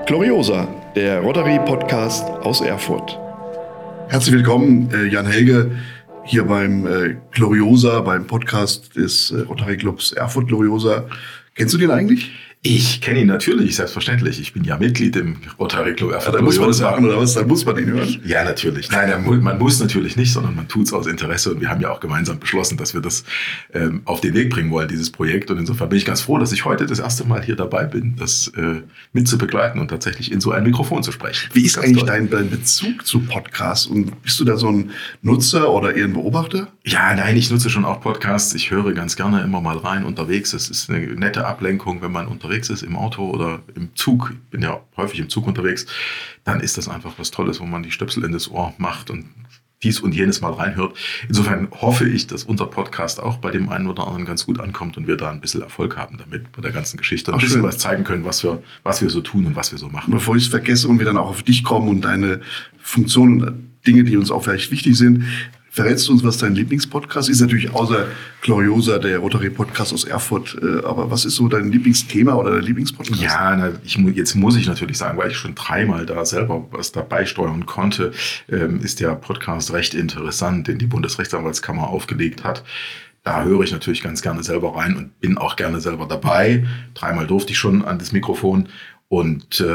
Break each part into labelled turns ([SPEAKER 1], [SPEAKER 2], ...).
[SPEAKER 1] Gloriosa, der Rotary-Podcast aus Erfurt.
[SPEAKER 2] Herzlich willkommen, Jan Helge, hier beim Gloriosa, beim Podcast des Rotary Clubs Erfurt Gloriosa. Kennst du den eigentlich?
[SPEAKER 3] Ich kenne ihn natürlich, selbstverständlich. Ich bin ja Mitglied im Rotary Club Erfurt.
[SPEAKER 2] Da muss man das machen, oder was? Da muss man ihn hören?
[SPEAKER 3] Ja, natürlich. Nein, man muss natürlich nicht, sondern man tut es aus Interesse. Und wir haben ja auch gemeinsam beschlossen, dass wir das auf den Weg bringen wollen, dieses Projekt. Und insofern bin ich ganz froh, dass ich heute das erste Mal hier dabei bin, das mitzubegleiten und tatsächlich in so ein Mikrofon zu sprechen.
[SPEAKER 2] Wie ist eigentlich dein Bezug zu Podcasts? Und bist du da so ein Nutzer oder eher ein Beobachter?
[SPEAKER 3] Ja, nein, ich nutze schon auch Podcasts. Ich höre ganz gerne immer mal rein unterwegs. Es ist eine nette Ablenkung, wenn man unterwegs ist, im Auto oder im Zug. Ich bin ja häufig im Zug unterwegs. Dann ist das einfach was Tolles, wo man die Stöpsel in das Ohr macht und dies und jenes mal reinhört. Insofern hoffe ich, dass unser Podcast auch bei dem einen oder anderen ganz gut ankommt und wir da ein bisschen Erfolg haben damit bei der ganzen Geschichte. Und ein bisschen was zeigen können, was wir so tun und was wir so machen.
[SPEAKER 2] Bevor ich es vergesse und wir dann auch auf dich kommen und deine Funktionen und Dinge, die uns auch vielleicht wichtig sind, verrätst du uns, was dein Lieblingspodcast ist? Natürlich außer Gloriosa, der Rotary-Podcast aus Erfurt. Aber was ist so dein Lieblingsthema oder dein Lieblingspodcast?
[SPEAKER 3] Ja, jetzt muss ich natürlich sagen, weil ich schon 3-mal da selber was dabei steuern konnte, ist der Podcast recht interessant, den die Bundesrechtsanwaltskammer aufgelegt hat. Da höre ich natürlich ganz gerne selber rein und bin auch gerne selber dabei. 3-mal durfte ich schon an das Mikrofon. Und so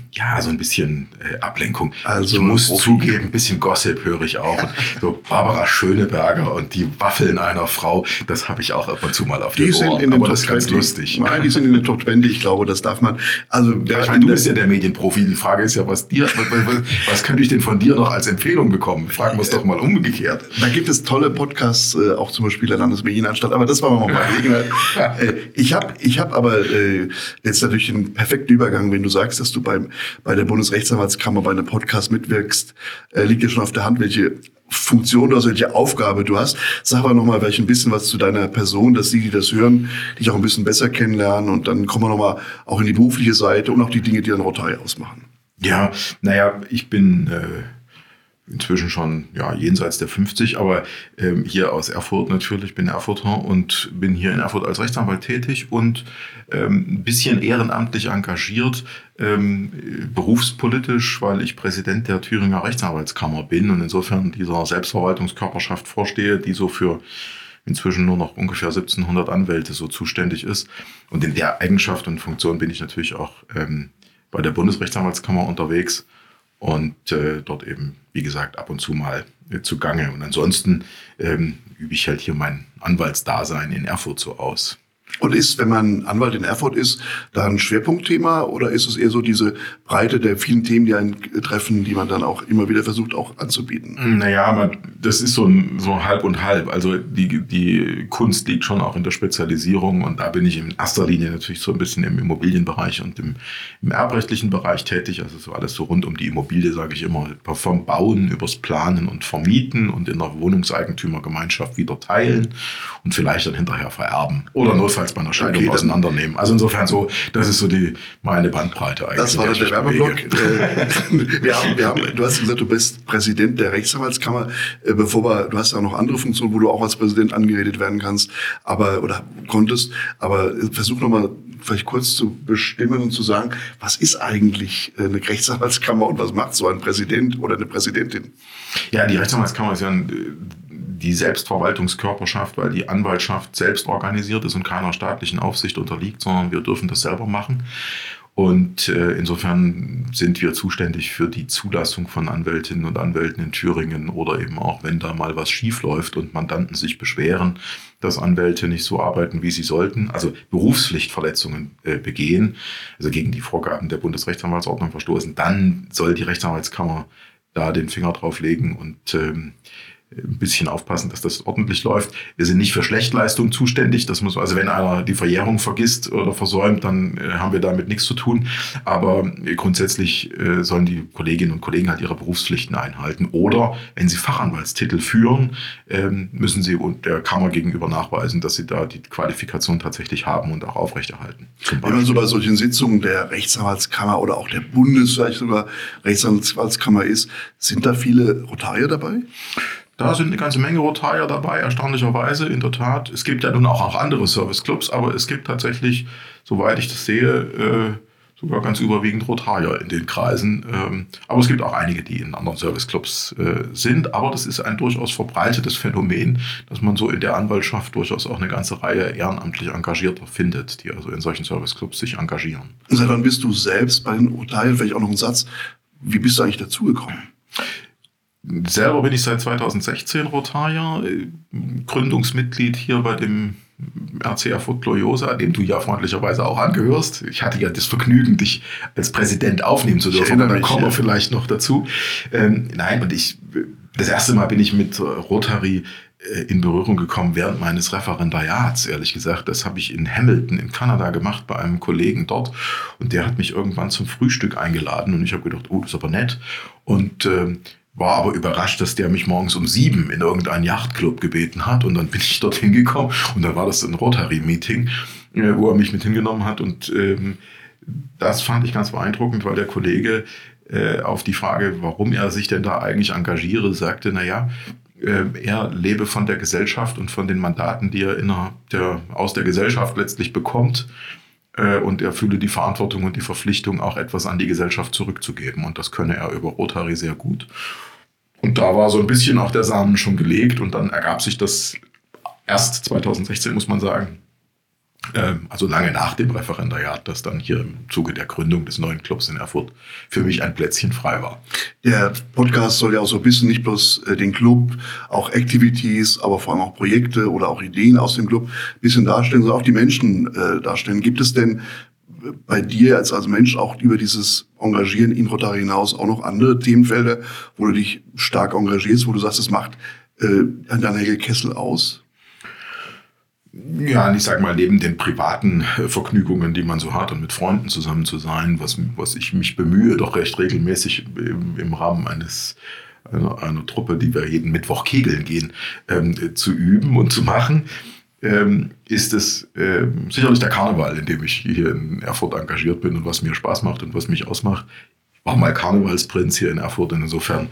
[SPEAKER 3] ein bisschen Ablenkung.
[SPEAKER 2] Also
[SPEAKER 3] ich muss zugeben, ein bisschen Gossip höre ich auch. Und so Barbara Schöneberger und die Waffeln einer Frau, das habe ich auch ab und zu mal auf dem Ohr.
[SPEAKER 2] Aber
[SPEAKER 3] das ist ganz lustig.
[SPEAKER 2] Nein, die sind in den Top 20, ich glaube, das darf man. Also,
[SPEAKER 3] du bist ja der Medienprofi. Die Frage ist ja, was könnte ich denn von dir noch als Empfehlung bekommen? Fragen wir es doch mal umgekehrt.
[SPEAKER 2] Da gibt es tolle Podcasts, auch zum Beispiel der Landesmedienanstalt, aber das wollen wir mal überlegen. Ich hab aber jetzt natürlich einen perfekten Übergang. Wenn du sagst, dass du bei der Bundesrechtsanwaltskammer bei einem Podcast mitwirkst, liegt dir schon auf der Hand, welche Funktion oder welche Aufgabe du hast. Sag aber nochmal ein bisschen was zu deiner Person, dass die das hören, dich auch ein bisschen besser kennenlernen und dann kommen wir nochmal auch in die berufliche Seite und auch die Dinge, die dann Rotary ausmachen.
[SPEAKER 3] Ja, ich bin inzwischen schon jenseits der 50, aber hier aus Erfurt natürlich, bin Erfurter und bin hier in Erfurt als Rechtsanwalt tätig und ein bisschen ehrenamtlich engagiert, berufspolitisch, weil ich Präsident der Thüringer Rechtsanwaltskammer bin und insofern dieser Selbstverwaltungskörperschaft vorstehe, die so für inzwischen nur noch ungefähr 1700 Anwälte so zuständig ist. Und in der Eigenschaft und Funktion bin ich natürlich auch bei der Bundesrechtsanwaltskammer unterwegs. Und dort eben, wie gesagt, ab und zu mal zugange. Und ansonsten übe ich halt hier mein Anwaltsdasein in Erfurt so aus.
[SPEAKER 2] Und ist, wenn man Anwalt in Erfurt ist, da ein Schwerpunktthema oder ist es eher so diese Breite der vielen Themen, die einen treffen, die man dann auch immer wieder versucht auch anzubieten?
[SPEAKER 3] Naja, das ist so halb und halb. Also die Kunst liegt schon auch in der Spezialisierung und da bin ich in erster Linie natürlich so ein bisschen im Immobilienbereich und im erbrechtlichen Bereich tätig. Also so alles so rund um die Immobilie, sage ich immer, vom Bauen übers Planen und Vermieten und in der Wohnungseigentümergemeinschaft wieder teilen und vielleicht dann hinterher vererben oder notfalls bei einer Scheidung auseinandernehmen. Also insofern das ist so meine Bandbreite eigentlich.
[SPEAKER 2] Das war der Werbeblock. Du hast gesagt, du bist Präsident der Rechtsanwaltskammer. Du hast ja auch noch andere Funktionen, wo du auch als Präsident angeredet werden kannst, konntest. Aber versuch nochmal vielleicht kurz zu bestimmen und zu sagen, was ist eigentlich eine Rechtsanwaltskammer und was macht so ein Präsident oder eine Präsidentin?
[SPEAKER 3] Ja, die Rechtsanwaltskammer ist ja die Selbstverwaltungskörperschaft, weil die Anwaltschaft selbst organisiert ist und keiner staatlichen Aufsicht unterliegt, sondern wir dürfen das selber machen. Und insofern sind wir zuständig für die Zulassung von Anwältinnen und Anwälten in Thüringen oder eben auch, wenn da mal was schief läuft und Mandanten sich beschweren, dass Anwälte nicht so arbeiten, wie sie sollten, also Berufspflichtverletzungen begehen, also gegen die Vorgaben der Bundesrechtsanwaltsordnung verstoßen, dann soll die Rechtsanwaltskammer da den Finger drauf legen und ein bisschen aufpassen, dass das ordentlich läuft. Wir sind nicht für Schlechtleistung zuständig. Also wenn einer die Verjährung vergisst oder versäumt, dann haben wir damit nichts zu tun. Aber grundsätzlich sollen die Kolleginnen und Kollegen halt ihre Berufspflichten einhalten. Oder wenn sie Fachanwaltstitel führen, müssen sie der Kammer gegenüber nachweisen, dass sie da die Qualifikation tatsächlich haben und auch aufrechterhalten.
[SPEAKER 2] Wenn man so bei solchen Sitzungen der Rechtsanwaltskammer oder auch der vielleicht sogar Rechtsanwaltskammer ist, sind da viele Rotarier dabei?
[SPEAKER 3] Da sind eine ganze Menge Rotarier dabei, erstaunlicherweise, in der Tat. Es gibt ja nun auch andere Serviceclubs, aber es gibt tatsächlich, soweit ich das sehe, sogar ganz überwiegend Rotarier in den Kreisen. Aber es gibt auch einige, die in anderen Serviceclubs sind. Aber das ist ein durchaus verbreitetes Phänomen, dass man so in der Anwaltschaft durchaus auch eine ganze Reihe ehrenamtlich Engagierter findet, die also in solchen Serviceclubs sich engagieren.
[SPEAKER 2] Seit wann bist du selbst bei den Rotariern? Vielleicht auch noch ein Satz. Wie bist du eigentlich dazugekommen?
[SPEAKER 3] Selber bin ich seit 2016 Rotarier, Gründungsmitglied hier bei dem RC Erfurt Gloriosa, dem du ja freundlicherweise auch angehörst. Ich hatte ja das Vergnügen, dich als Präsident aufnehmen zu dürfen. Da kommen wir vielleicht noch dazu. Das erste Mal bin ich mit Rotary in Berührung gekommen während meines Referendariats, ehrlich gesagt. Das habe ich in Hamilton in Kanada gemacht bei einem Kollegen dort. Und der hat mich irgendwann zum Frühstück eingeladen. Und ich habe gedacht, oh, das ist aber nett. Und war aber überrascht, dass der mich morgens um 7 in irgendeinen Yachtclub gebeten hat. Und dann bin ich dorthin gekommen und dann war das ein Rotary-Meeting, wo er mich mit hingenommen hat. Und das fand ich ganz beeindruckend, weil der Kollege auf die Frage, warum er sich denn da eigentlich engagiere, sagte, er lebe von der Gesellschaft und von den Mandaten, die er aus der Gesellschaft letztlich bekommt. Und er fühle die Verantwortung und die Verpflichtung, auch etwas an die Gesellschaft zurückzugeben. Und das könne er über Rotary sehr gut. Und da war so ein bisschen auch der Samen schon gelegt. Und dann ergab sich das erst 2016, muss man sagen, also lange nach dem Referendariat, dass dann hier im Zuge der Gründung des neuen Clubs in Erfurt für mich ein Plätzchen frei war. Der Podcast soll ja auch so ein bisschen nicht bloß den Club, auch Activities, aber vor allem auch Projekte oder auch Ideen aus dem Club ein bisschen darstellen, sondern auch die Menschen darstellen. Gibt es denn bei dir als Mensch auch über dieses Engagieren in Rotary hinaus auch noch andere Themenfelder, wo du dich stark engagierst, wo du sagst, es macht Daniel Kessel aus? Ja, ich sag mal, neben den privaten Vergnügungen, die man so hat und mit Freunden zusammen zu sein, was ich mich bemühe, doch recht regelmäßig im Rahmen einer Truppe, die wir jeden Mittwoch kegeln gehen, zu üben und zu machen, ist es sicherlich der Karneval, in dem ich hier in Erfurt engagiert bin und was mir Spaß macht und was mich ausmacht. Ich war mal Karnevalsprinz hier in Erfurt und insofern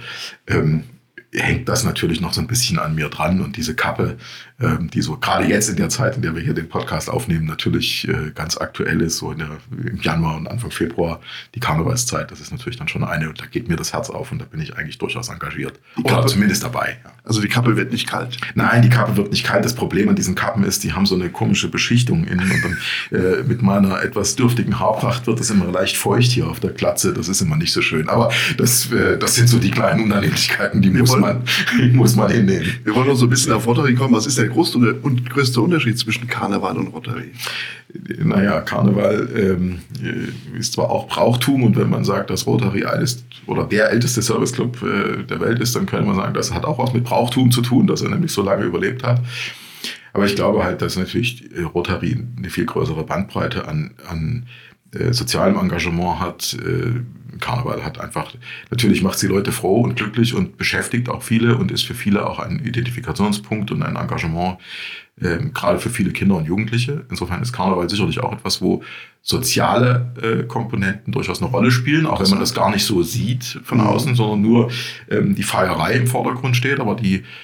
[SPEAKER 3] hängt das natürlich noch so ein bisschen an mir dran und diese Kappe, die so gerade jetzt in der Zeit, in der wir hier den Podcast aufnehmen, natürlich ganz aktuell ist, so im Januar und Anfang Februar, die Karnevalszeit, das ist natürlich dann schon und da geht mir das Herz auf und da bin ich eigentlich durchaus engagiert. Oder zumindest dabei. Ja. Also die Kappe wird nicht kalt? Nein, die Kappe wird nicht kalt. Das Problem an diesen Kappen ist, die haben so eine komische Beschichtung innen und dann mit meiner etwas dürftigen Haarpracht wird es immer leicht feucht hier auf der Glatze. Das ist immer nicht so schön. Aber das sind so die kleinen Unannehmlichkeiten, die muss man hinnehmen. Wir wollen noch so ein bisschen auf Rotary kommen. Was ist der größte Unterschied zwischen Karneval und Rotary? Naja, Karneval ist zwar auch Brauchtum und wenn man sagt, dass Rotary der älteste Serviceclub der Welt ist, dann könnte man sagen, das hat auch was mit Brauchtum zu tun, dass er nämlich so lange überlebt hat. Aber ich glaube halt, dass natürlich Rotary eine viel größere Bandbreite an sozialem Engagement hat. Karneval hat einfach, natürlich macht es die Leute froh und glücklich und beschäftigt auch viele und ist für viele auch ein Identifikationspunkt und ein Engagement, gerade für viele Kinder und Jugendliche. Insofern ist Karneval sicherlich auch etwas, wo soziale Komponenten durchaus eine Rolle spielen, auch wenn man das gar nicht so sieht von außen, sondern nur die Feierei im Vordergrund steht, aber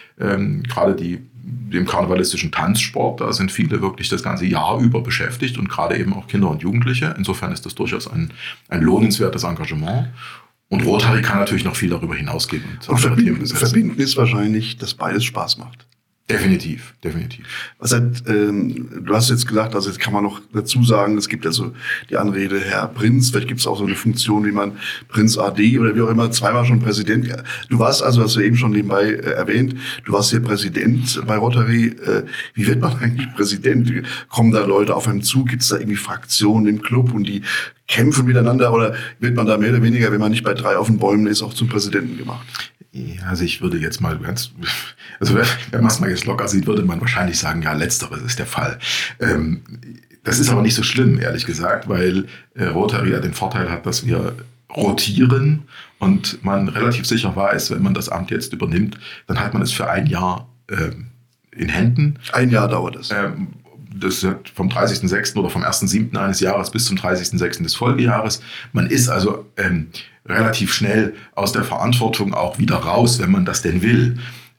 [SPEAKER 3] dem karnevalistischen Tanzsport, da sind viele wirklich das ganze Jahr über beschäftigt und gerade eben auch Kinder und Jugendliche. Insofern ist das durchaus ein lohnenswertes Engagement. Und Rotary kann natürlich noch viel darüber hinausgehen. Und verbinden ist wahrscheinlich, dass beides Spaß macht. Definitiv. Du hast jetzt gesagt, also jetzt kann man noch dazu sagen, es gibt also die Anrede Herr Prinz, vielleicht gibt es auch so eine Funktion, wie man Prinz AD oder wie auch immer, zweimal schon Präsident. Du warst also, hast du eben schon nebenbei erwähnt, du warst hier Präsident bei Rotary. Wie wird man eigentlich Präsident? Kommen da Leute auf einen zu? Gibt es da irgendwie Fraktionen im Club und die kämpfen miteinander oder wird man da mehr oder weniger, wenn man nicht bei 3 auf den Bäumen ist, auch zum Präsidenten gemacht? Ja, also ich würde jetzt mal wenn man es mal jetzt locker sieht, würde man wahrscheinlich sagen, ja, letzteres ist der Fall. Das ist aber nicht so schlimm, ehrlich gesagt, weil Rotary ja den Vorteil hat, dass wir rotieren und man relativ sicher weiß, wenn man das Amt jetzt übernimmt, dann hat man es für ein Jahr in Händen. Ein Jahr dauert es. Das ist vom 30.06. oder vom 1.07. eines Jahres bis zum 30.06. des Folgejahres. Man ist also relativ schnell aus der Verantwortung auch wieder raus, wenn man das denn will.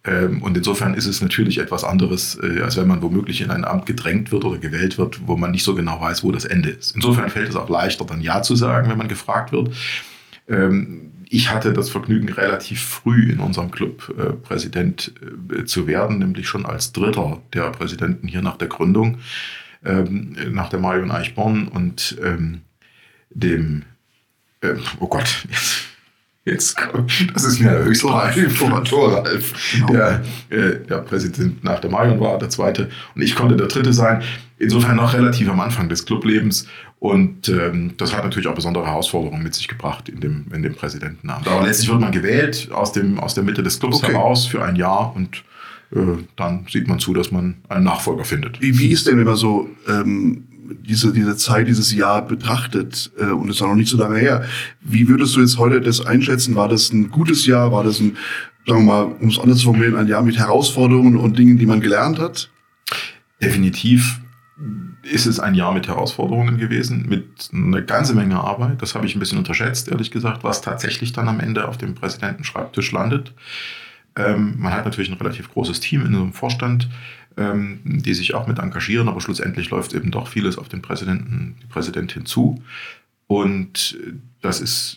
[SPEAKER 3] Und insofern ist es natürlich etwas anderes, als wenn man womöglich in ein Amt gedrängt wird oder gewählt wird, wo man nicht so genau weiß, wo das Ende ist. Insofern fällt es auch leichter, dann Ja zu sagen, wenn man gefragt wird. Ich hatte das Vergnügen, relativ früh in unserem Club Präsident zu werden, nämlich schon als dritter der Präsidenten hier nach der Gründung, nach der Marion Eichborn und dem, oh Gott, jetzt das ist mir höchst peinlich, Ralf, der Präsident nach der Marion war, der zweite, und ich konnte der dritte sein. Insofern noch relativ am Anfang des Clublebens. Und das hat natürlich auch besondere Herausforderungen mit sich gebracht in dem Präsidentenamt. Aber letztlich wird man gewählt aus der Mitte des Clubs heraus für ein Jahr und dann sieht man zu, dass man einen Nachfolger findet.
[SPEAKER 2] Wie ist denn, wenn man so diese Zeit, dieses Jahr betrachtet, und es ist auch noch nicht so lange her, wie würdest du jetzt heute das einschätzen? War das ein gutes Jahr? War das ein, sagen wir mal, um es anders zu formulieren, ein Jahr mit Herausforderungen und Dingen, die man gelernt hat?
[SPEAKER 3] Definitiv ist es ein Jahr mit Herausforderungen gewesen, mit einer ganzen Menge Arbeit. Das habe ich ein bisschen unterschätzt, ehrlich gesagt, was tatsächlich dann am Ende auf dem Präsidentenschreibtisch landet. Man hat natürlich ein relativ großes Team in einem Vorstand, die sich auch mit engagieren, aber schlussendlich läuft eben doch vieles auf den die Präsidentin zu. Und das ist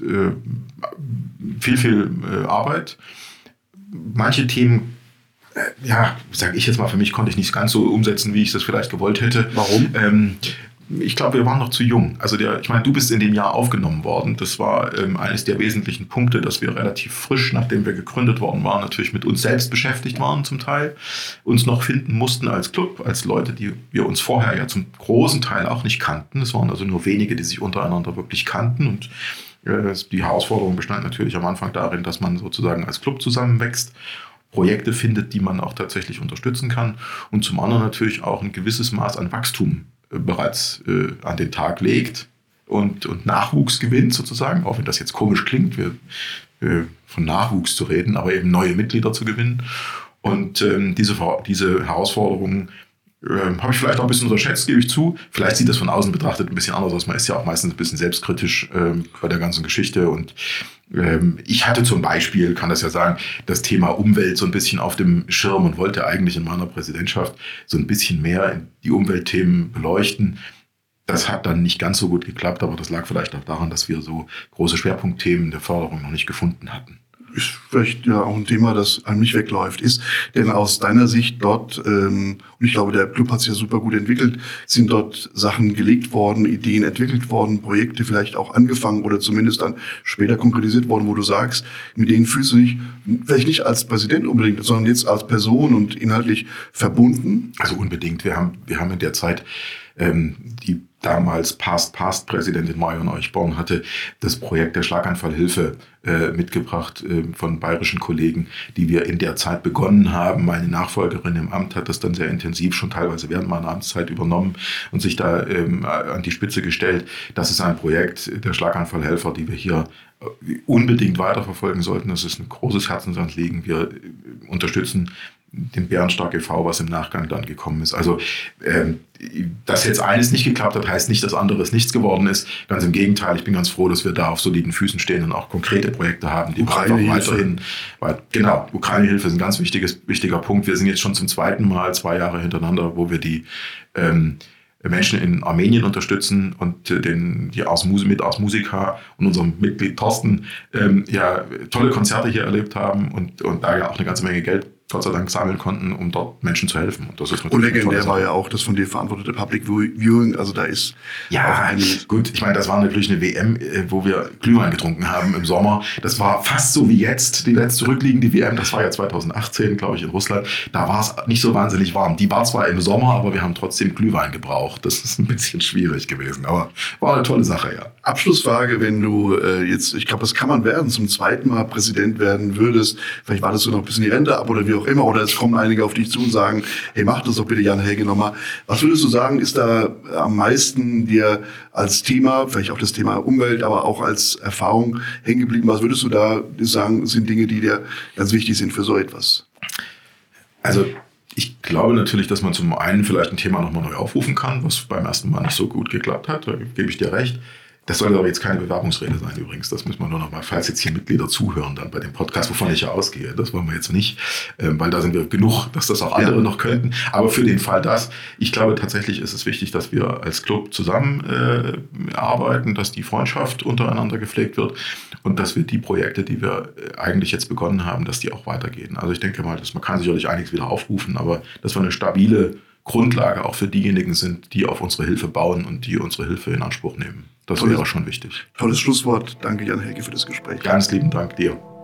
[SPEAKER 3] viel Arbeit. Manche Themen, sage ich jetzt mal, für mich konnte ich nicht ganz so umsetzen, wie ich das vielleicht gewollt hätte.
[SPEAKER 2] Warum?
[SPEAKER 3] Ich glaube, wir waren noch zu jung. Also ich meine, du bist in dem Jahr aufgenommen worden. Das war eines der wesentlichen Punkte, dass wir relativ frisch, nachdem wir gegründet worden waren, natürlich mit uns selbst beschäftigt waren zum Teil, uns noch finden mussten als Club, als Leute, die wir uns vorher ja zum großen Teil auch nicht kannten. Es waren also nur wenige, die sich untereinander wirklich kannten. Und die Herausforderung bestand natürlich am Anfang darin, dass man sozusagen als Club zusammenwächst, Projekte findet, die man auch tatsächlich unterstützen kann und zum anderen natürlich auch ein gewisses Maß an Wachstum bereits an den Tag legt und Nachwuchs gewinnt sozusagen, auch wenn das jetzt komisch klingt, von Nachwuchs zu reden, aber eben neue Mitglieder zu gewinnen. Und diese Herausforderungen habe ich vielleicht auch ein bisschen unterschätzt, gebe ich zu. Vielleicht sieht das von außen betrachtet ein bisschen anders aus. Man ist ja auch meistens ein bisschen selbstkritisch bei der ganzen Geschichte. Und ich hatte zum Beispiel, kann das ja sagen, das Thema Umwelt so ein bisschen auf dem Schirm und wollte eigentlich in meiner Präsidentschaft so ein bisschen mehr die Umweltthemen beleuchten. Das hat dann nicht ganz so gut geklappt, aber das lag vielleicht auch daran, dass wir so große Schwerpunktthemen der Förderung noch nicht gefunden hatten.
[SPEAKER 2] Ist vielleicht ja auch ein Thema, das einem nicht wegläuft. Ist denn aus deiner Sicht dort, und ich glaube, der Club hat sich ja super gut entwickelt, sind dort Sachen gelegt worden, Ideen entwickelt worden, Projekte vielleicht auch angefangen oder zumindest dann später konkretisiert worden, wo du sagst, mit denen fühlst du dich vielleicht nicht als Präsident unbedingt, sondern jetzt als Person und inhaltlich verbunden?
[SPEAKER 3] Also unbedingt. Wir haben in der Zeit die damals Past-Präsidentin Marion Eichborn hatte das Projekt der Schlaganfallhilfe mitgebracht von bayerischen Kollegen, die wir in der Zeit begonnen haben. Meine Nachfolgerin im Amt hat das dann sehr intensiv schon teilweise während meiner Amtszeit übernommen und sich da an die Spitze gestellt. Das ist ein Projekt der Schlaganfallhelfer, die wir hier unbedingt weiterverfolgen sollten. Das ist ein großes Herzensanliegen. Wir unterstützen den Bärenstark e.V., was im Nachgang dann gekommen ist. Also, dass jetzt eines nicht geklappt hat, heißt nicht, dass anderes nichts geworden ist. Ganz im Gegenteil, ich bin ganz froh, dass wir da auf soliden Füßen stehen und auch konkrete Projekte haben, die weiterhin. Genau, Ukraine-Hilfe ist ein ganz wichtiger Punkt. Wir sind jetzt schon zum zweiten Mal 2 Jahre hintereinander, wo wir die Menschen in Armenien unterstützen und die Ars Musica und unserem Mitglied Thorsten tolle Konzerte hier erlebt haben und da ja auch eine ganze Menge Geld Gott sei Dank sammeln konnten, um dort Menschen zu helfen. Und das ist
[SPEAKER 2] und legendär war ja auch das von dir verantwortete Public Viewing, also da ist
[SPEAKER 3] gut, ich meine, das war natürlich eine WM, wo wir Glühwein getrunken haben im Sommer. Das war fast so wie jetzt, die letzte zurückliegende WM, das war ja 2018, glaube ich, in Russland. Da war es nicht so wahnsinnig warm. Die war zwar im Sommer, aber wir haben trotzdem Glühwein gebraucht. Das ist ein bisschen schwierig gewesen, aber war eine tolle Sache, ja.
[SPEAKER 2] Abschlussfrage, wenn du jetzt, ich glaube, das kann man werden, zum zweiten Mal Präsident werden würdest, vielleicht wartest du noch ein bisschen die Rente ab oder wie auch immer, oder es kommen einige auf dich zu und sagen, hey, mach das doch bitte, Jan Helge, nochmal. Was würdest du sagen, ist da am meisten dir als Thema, vielleicht auch das Thema Umwelt, aber auch als Erfahrung hängen geblieben? Was würdest du da sagen, sind Dinge, die dir ganz wichtig sind für so etwas?
[SPEAKER 3] Also ich glaube natürlich, dass man zum einen vielleicht ein Thema nochmal neu aufrufen kann, was beim ersten Mal nicht so gut geklappt hat, da gebe ich dir recht. Das soll aber jetzt keine Bewerbungsrede sein übrigens. Das müssen wir nur noch mal, falls jetzt hier Mitglieder zuhören dann bei dem Podcast, wovon ich ja ausgehe. Das wollen wir jetzt nicht, weil da sind wir genug, dass das auch andere noch könnten. Aber für den Fall ich glaube tatsächlich ist es wichtig, dass wir als Club zusammen arbeiten, dass die Freundschaft untereinander gepflegt wird und dass wir die Projekte, die wir eigentlich jetzt begonnen haben, dass die auch weitergehen. Also ich denke mal, man kann sicherlich einiges wieder aufrufen, aber dass wir eine stabile Grundlage auch für diejenigen sind, die auf unsere Hilfe bauen und die unsere Hilfe in Anspruch nehmen. Das wäre schon wichtig.
[SPEAKER 2] Tolles Schlusswort. Danke, Jan-Helge, für das Gespräch.
[SPEAKER 3] Ganz lieben Dank dir.